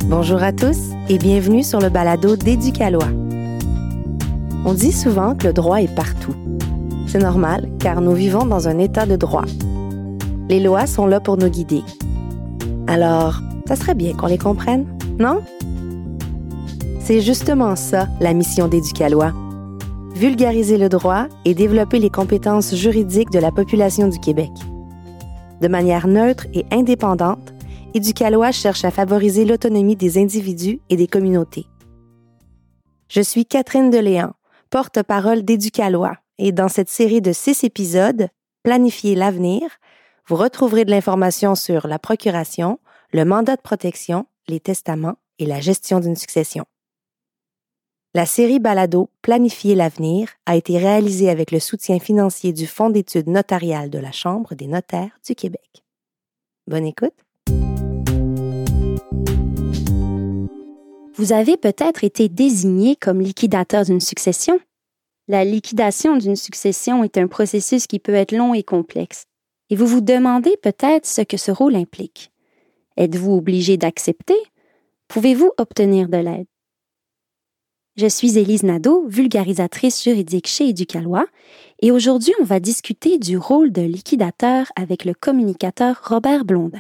Bonjour à tous et bienvenue sur le balado d'Éducalois. On dit souvent que le droit est partout. C'est normal car nous vivons dans un état de droit. Les lois sont là pour nous guider. Alors, ça serait bien qu'on les comprenne, non? C'est justement ça, la mission d'Éducalois. Vulgariser le droit et développer les compétences juridiques de la population du Québec. De manière neutre et indépendante, Éducalois cherche à favoriser l'autonomie des individus et des communautés. Je suis Catherine Deléan, porte-parole d'Éducalois, et dans cette série de 6 épisodes, Planifier l'avenir, vous retrouverez de l'information sur la procuration, le mandat de protection, les testaments et la gestion d'une succession. La série balado Planifier l'avenir a été réalisée avec le soutien financier du Fonds d'études notariales de la Chambre des notaires du Québec. Bonne écoute! Vous avez peut-être été désigné comme liquidateur d'une succession. La liquidation d'une succession est un processus qui peut être long et complexe. Et vous vous demandez peut-être ce que ce rôle implique. Êtes-vous obligé d'accepter? Pouvez-vous obtenir de l'aide? Je suis Élise Nadeau, vulgarisatrice juridique chez Éducalois, et aujourd'hui, on va discuter du rôle de liquidateur avec le communicateur Robert Blondin.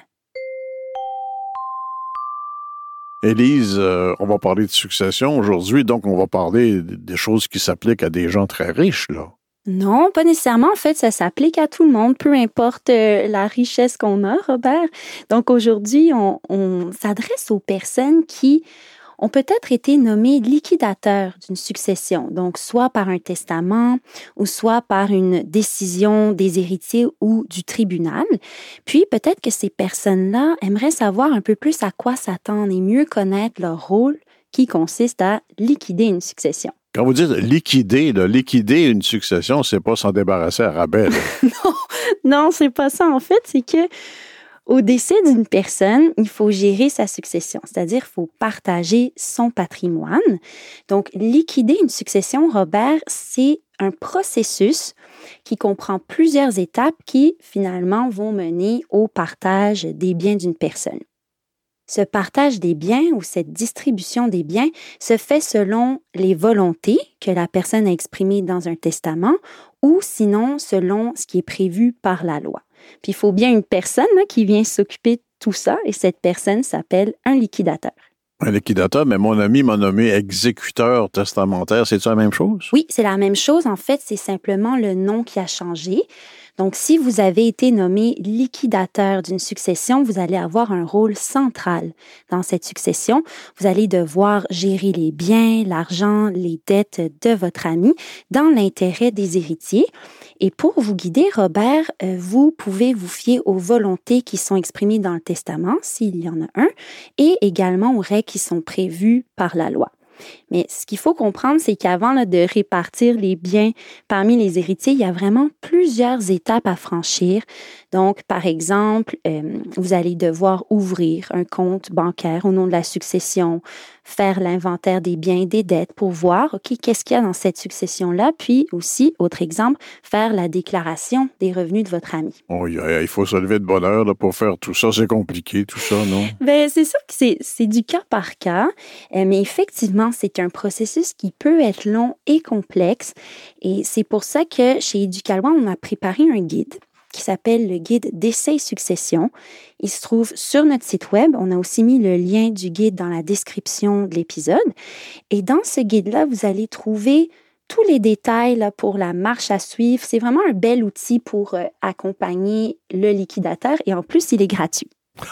Élise, on va parler de succession aujourd'hui, donc on va parler des choses qui s'appliquent à des gens très riches, là. Non, pas nécessairement. En fait, ça s'applique à tout le monde, peu importe la richesse qu'on a, Robert. Donc aujourd'hui, on s'adresse aux personnes qui ont peut-être été nommées liquidateurs d'une succession, donc soit par un testament ou soit par une décision des héritiers ou du tribunal. Puis peut-être que ces personnes-là aimeraient savoir un peu plus à quoi s'attendre et mieux connaître leur rôle qui consiste à liquider une succession. Quand vous dites liquider une succession, c'est pas s'en débarrasser à rabais. Non, c'est pas ça. En fait, c'est que au décès d'une personne, il faut gérer sa succession, c'est-à-dire il faut partager son patrimoine. Donc, liquider une succession, Robert, c'est un processus qui comprend plusieurs étapes qui, finalement, vont mener au partage des biens d'une personne. Ce partage des biens ou cette distribution des biens se fait selon les volontés que la personne a exprimées dans un testament ou sinon selon ce qui est prévu par la loi. Puis il faut bien une personne qui vient s'occuper de tout ça et cette personne s'appelle un liquidateur. Un liquidateur, mais mon ami m'a nommé exécuteur testamentaire. C'est-tu la même chose? Oui, c'est la même chose. En fait, c'est simplement le nom qui a changé. Donc, si vous avez été nommé liquidateur d'une succession, vous allez avoir un rôle central dans cette succession. Vous allez devoir gérer les biens, l'argent, les dettes de votre ami dans l'intérêt des héritiers. Et pour vous guider, Robert, vous pouvez vous fier aux volontés qui sont exprimées dans le testament, s'il y en a un, et également aux règles qui sont prévues par la loi. Mais ce qu'il faut comprendre, c'est qu'avant de répartir les biens parmi les héritiers, il y a vraiment plusieurs étapes à franchir. Donc, par exemple, vous allez devoir ouvrir un compte bancaire au nom de la succession, faire l'inventaire des biens et des dettes pour voir, OK, qu'est-ce qu'il y a dans cette succession-là, puis aussi, autre exemple, faire la déclaration des revenus de votre ami. Oh, il faut se lever de bonne heure là, pour faire tout ça. C'est compliqué, tout ça, non? Bien, c'est sûr que c'est du cas par cas, mais effectivement, c'est un processus qui peut être long et complexe. Et c'est pour ça que chez Éducalois, on a préparé un guide qui s'appelle le guide d'essai succession. Il se trouve sur notre site web. On a aussi mis le lien du guide dans la description de l'épisode. Et dans ce guide-là, vous allez trouver tous les détails là, pour la marche à suivre. C'est vraiment un bel outil pour accompagner le liquidateur et en plus, il est gratuit.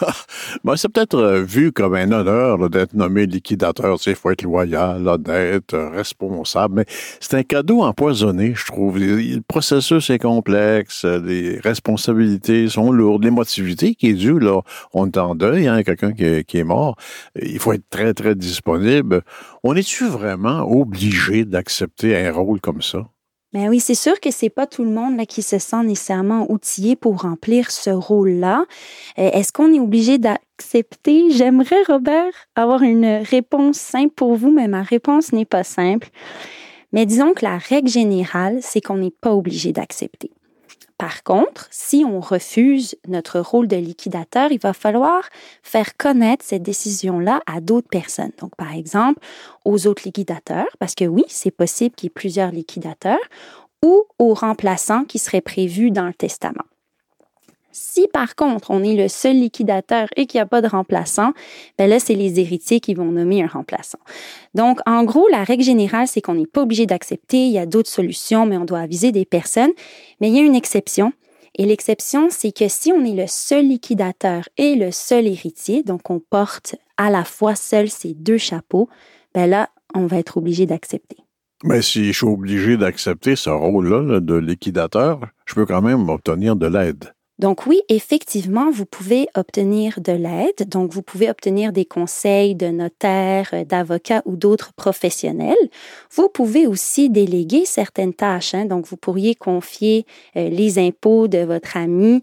Ben, c'est peut-être vu comme un honneur là, d'être nommé liquidateur. Il faut être loyal, honnête, responsable. Mais c'est un cadeau empoisonné, je trouve. Le processus est complexe, les responsabilités sont lourdes, l'émotivité qui est due, là, on est en deuil, quelqu'un qui est mort. Il faut être très, très disponible. On est-tu vraiment obligé d'accepter un rôle comme ça? Ben oui, c'est sûr que c'est pas tout le monde là, qui se sent nécessairement outillé pour remplir ce rôle-là. Est-ce qu'on est obligé d'accepter? J'aimerais, Robert, avoir une réponse simple pour vous, mais ma réponse n'est pas simple. Mais disons que la règle générale, c'est qu'on n'est pas obligé d'accepter. Par contre, si on refuse notre rôle de liquidateur, il va falloir faire connaître cette décision-là à d'autres personnes. Donc, par exemple, aux autres liquidateurs, parce que oui, c'est possible qu'il y ait plusieurs liquidateurs, ou aux remplaçants qui seraient prévus dans le testament. Si, par contre, on est le seul liquidateur et qu'il n'y a pas de remplaçant, ben là, c'est les héritiers qui vont nommer un remplaçant. Donc, en gros, la règle générale, c'est qu'on n'est pas obligé d'accepter. Il y a d'autres solutions, mais on doit aviser des personnes. Mais il y a une exception. Et l'exception, c'est que si on est le seul liquidateur et le seul héritier, donc on porte à la fois seul ces deux chapeaux, ben là, on va être obligé d'accepter. Mais si je suis obligé d'accepter ce rôle-là là, de liquidateur, je peux quand même obtenir de l'aide. Donc oui, effectivement, vous pouvez obtenir de l'aide. Donc, vous pouvez obtenir des conseils de notaires, d'avocats ou d'autres professionnels. Vous pouvez aussi déléguer certaines tâches. Donc, vous pourriez confier les impôts de votre ami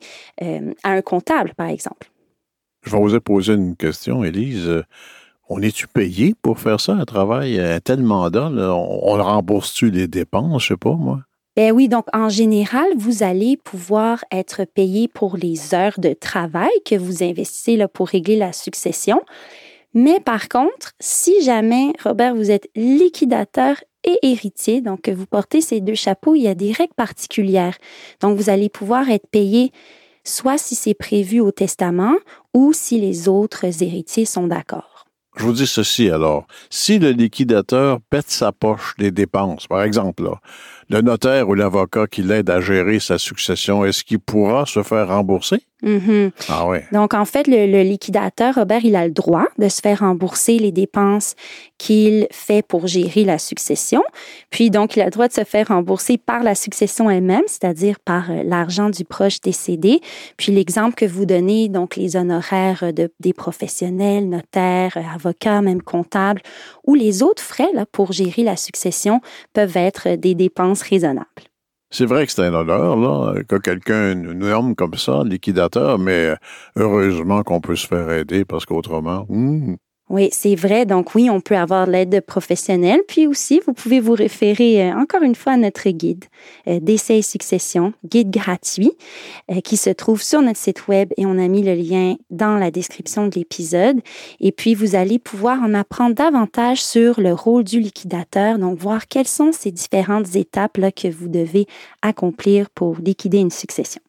à un comptable, par exemple. Je vais oser poser une question, Élise. On est-tu payé pour faire ça, un travail, un tel mandat? Là? On rembourse-tu les dépenses? Je sais pas, moi. Ben oui, donc en général, vous allez pouvoir être payé pour les heures de travail que vous investissez là, pour régler la succession. Mais par contre, si jamais, Robert, vous êtes liquidateur et héritier, donc que vous portez ces deux chapeaux, il y a des règles particulières. Donc, vous allez pouvoir être payé soit si c'est prévu au testament ou si les autres héritiers sont d'accord. Je vous dis ceci alors. Si le liquidateur pète sa poche des dépenses, par exemple, là, le notaire ou l'avocat qui l'aide à gérer sa succession, est-ce qu'il pourra se faire rembourser? Mm-hmm. Ah oui. Donc, en fait, le liquidateur, Robert, il a le droit de se faire rembourser les dépenses qu'il fait pour gérer la succession. Puis, donc, il a le droit de se faire rembourser par la succession elle-même, c'est-à-dire par l'argent du proche décédé. Puis, l'exemple que vous donnez, donc, les honoraires des professionnels, notaires, avocats, même comptables, ou les autres frais là, pour gérer la succession peuvent être des dépenses raisonnables. C'est vrai que c'est un honneur, là, que quelqu'un nous nomme comme ça, liquidateur, mais heureusement qu'on peut se faire aider parce qu'autrement... Oui, c'est vrai. Donc oui, on peut avoir l'aide professionnelle. Puis aussi, vous pouvez vous référer encore une fois à notre guide d'essai et succession, guide gratuit, qui se trouve sur notre site web et on a mis le lien dans la description de l'épisode. Et puis, vous allez pouvoir en apprendre davantage sur le rôle du liquidateur, donc voir quelles sont ces différentes étapes là, que vous devez accomplir pour liquider une succession.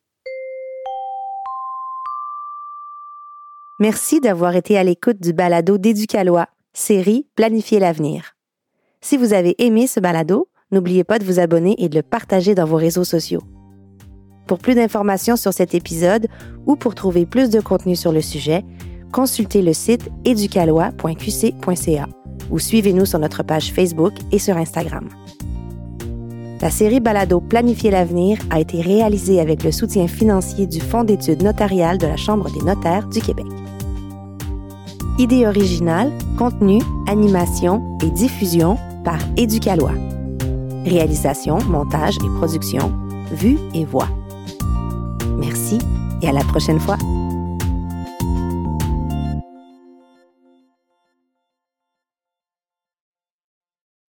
Merci d'avoir été à l'écoute du balado d'Éducalois, série Planifier l'avenir. Si vous avez aimé ce balado, n'oubliez pas de vous abonner et de le partager dans vos réseaux sociaux. Pour plus d'informations sur cet épisode ou pour trouver plus de contenu sur le sujet, consultez le site educalois.qc.ca ou suivez-nous sur notre page Facebook et sur Instagram. La série balado Planifier l'avenir a été réalisée avec le soutien financier du Fonds d'études notariales de la Chambre des notaires du Québec. Idée originale, contenu, animation et diffusion par Éducalois. Réalisation, montage et production, vue et voix. Merci et à la prochaine fois.